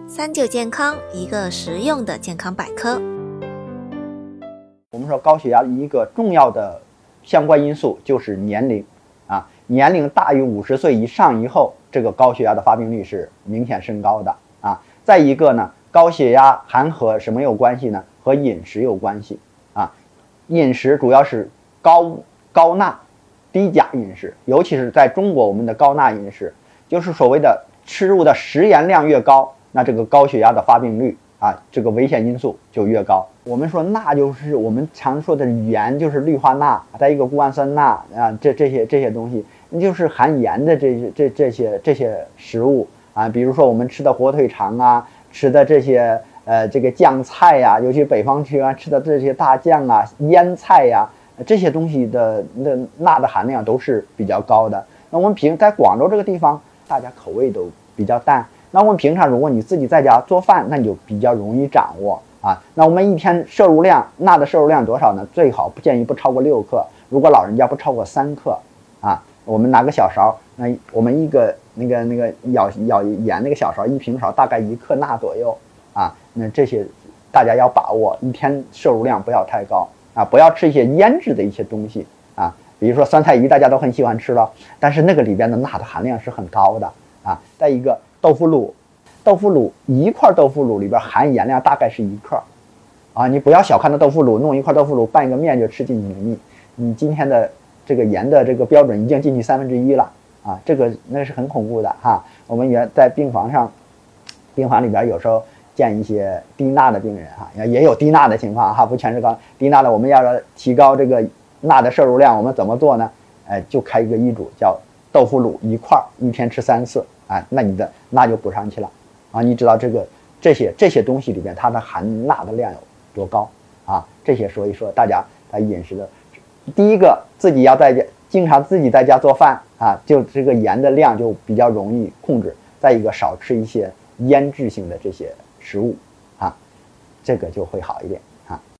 39健康，一个实用的健康百科。 我们说高血压的一个重要的相关因素就是年龄啊，年龄大于50岁以上以后，这个高血压的发病率是明显升高的啊。再一个呢，高血压还和什么有关系呢？和饮食有关系啊。饮食主要是高钠、低钾饮食，尤其是在中国，我们的高钠饮食就是所谓的吃入的食盐量越高，那这个高血压的发病率啊，这个危险因素就越高。我们说钠就是我们常说的盐，就是氯化钠，再一个谷氨酸钠啊，这些东西，就是含盐的这些食物啊，比如说我们吃的火腿肠啊，吃的这些这个酱菜呀，尤其北方区啊吃的这些大酱啊、腌菜呀，这些东西的钠的含量都是比较高的。那我们在广州这个地方，大家口味都比较淡。那我们平常如果你自己在家做饭，那你就比较容易掌握啊。那我们一天摄入量，钠的摄入量多少呢？最好不建议不超过6克，如果老人家不超过3克啊。我们拿个小勺，那我们一个那个舀盐那个小勺1平勺大概1克钠左右啊。那这些大家要把握，一天摄入量不要太高啊，不要吃一些腌制的一些东西啊，比如说酸菜鱼大家都很喜欢吃了，但是那个里边的钠的含量是很高的啊。再一个豆腐乳一块豆腐乳里边含盐量大概是1克啊，你不要小看的豆腐乳，弄一块豆腐乳拌一个面就吃进去了，你今天的这个盐的这个标准已经进去1/3了啊，那是很恐怖的哈。我们在病房里边有时候见一些低钠的病人哈，也有低钠的情况哈，不全是高低钠的。我们要提高这个钠的摄入量，我们怎么做呢？就开一个医嘱，叫豆腐乳1块，一天吃3次啊，那你的钠就补上去了啊。你知道这些东西里边它的含钠的量有多高啊？这些所以说大家在饮食的，第一个自己要经常自己在家做饭啊，就这个盐的量就比较容易控制。再一个少吃一些腌制性的这些食物啊，这个就会好一点。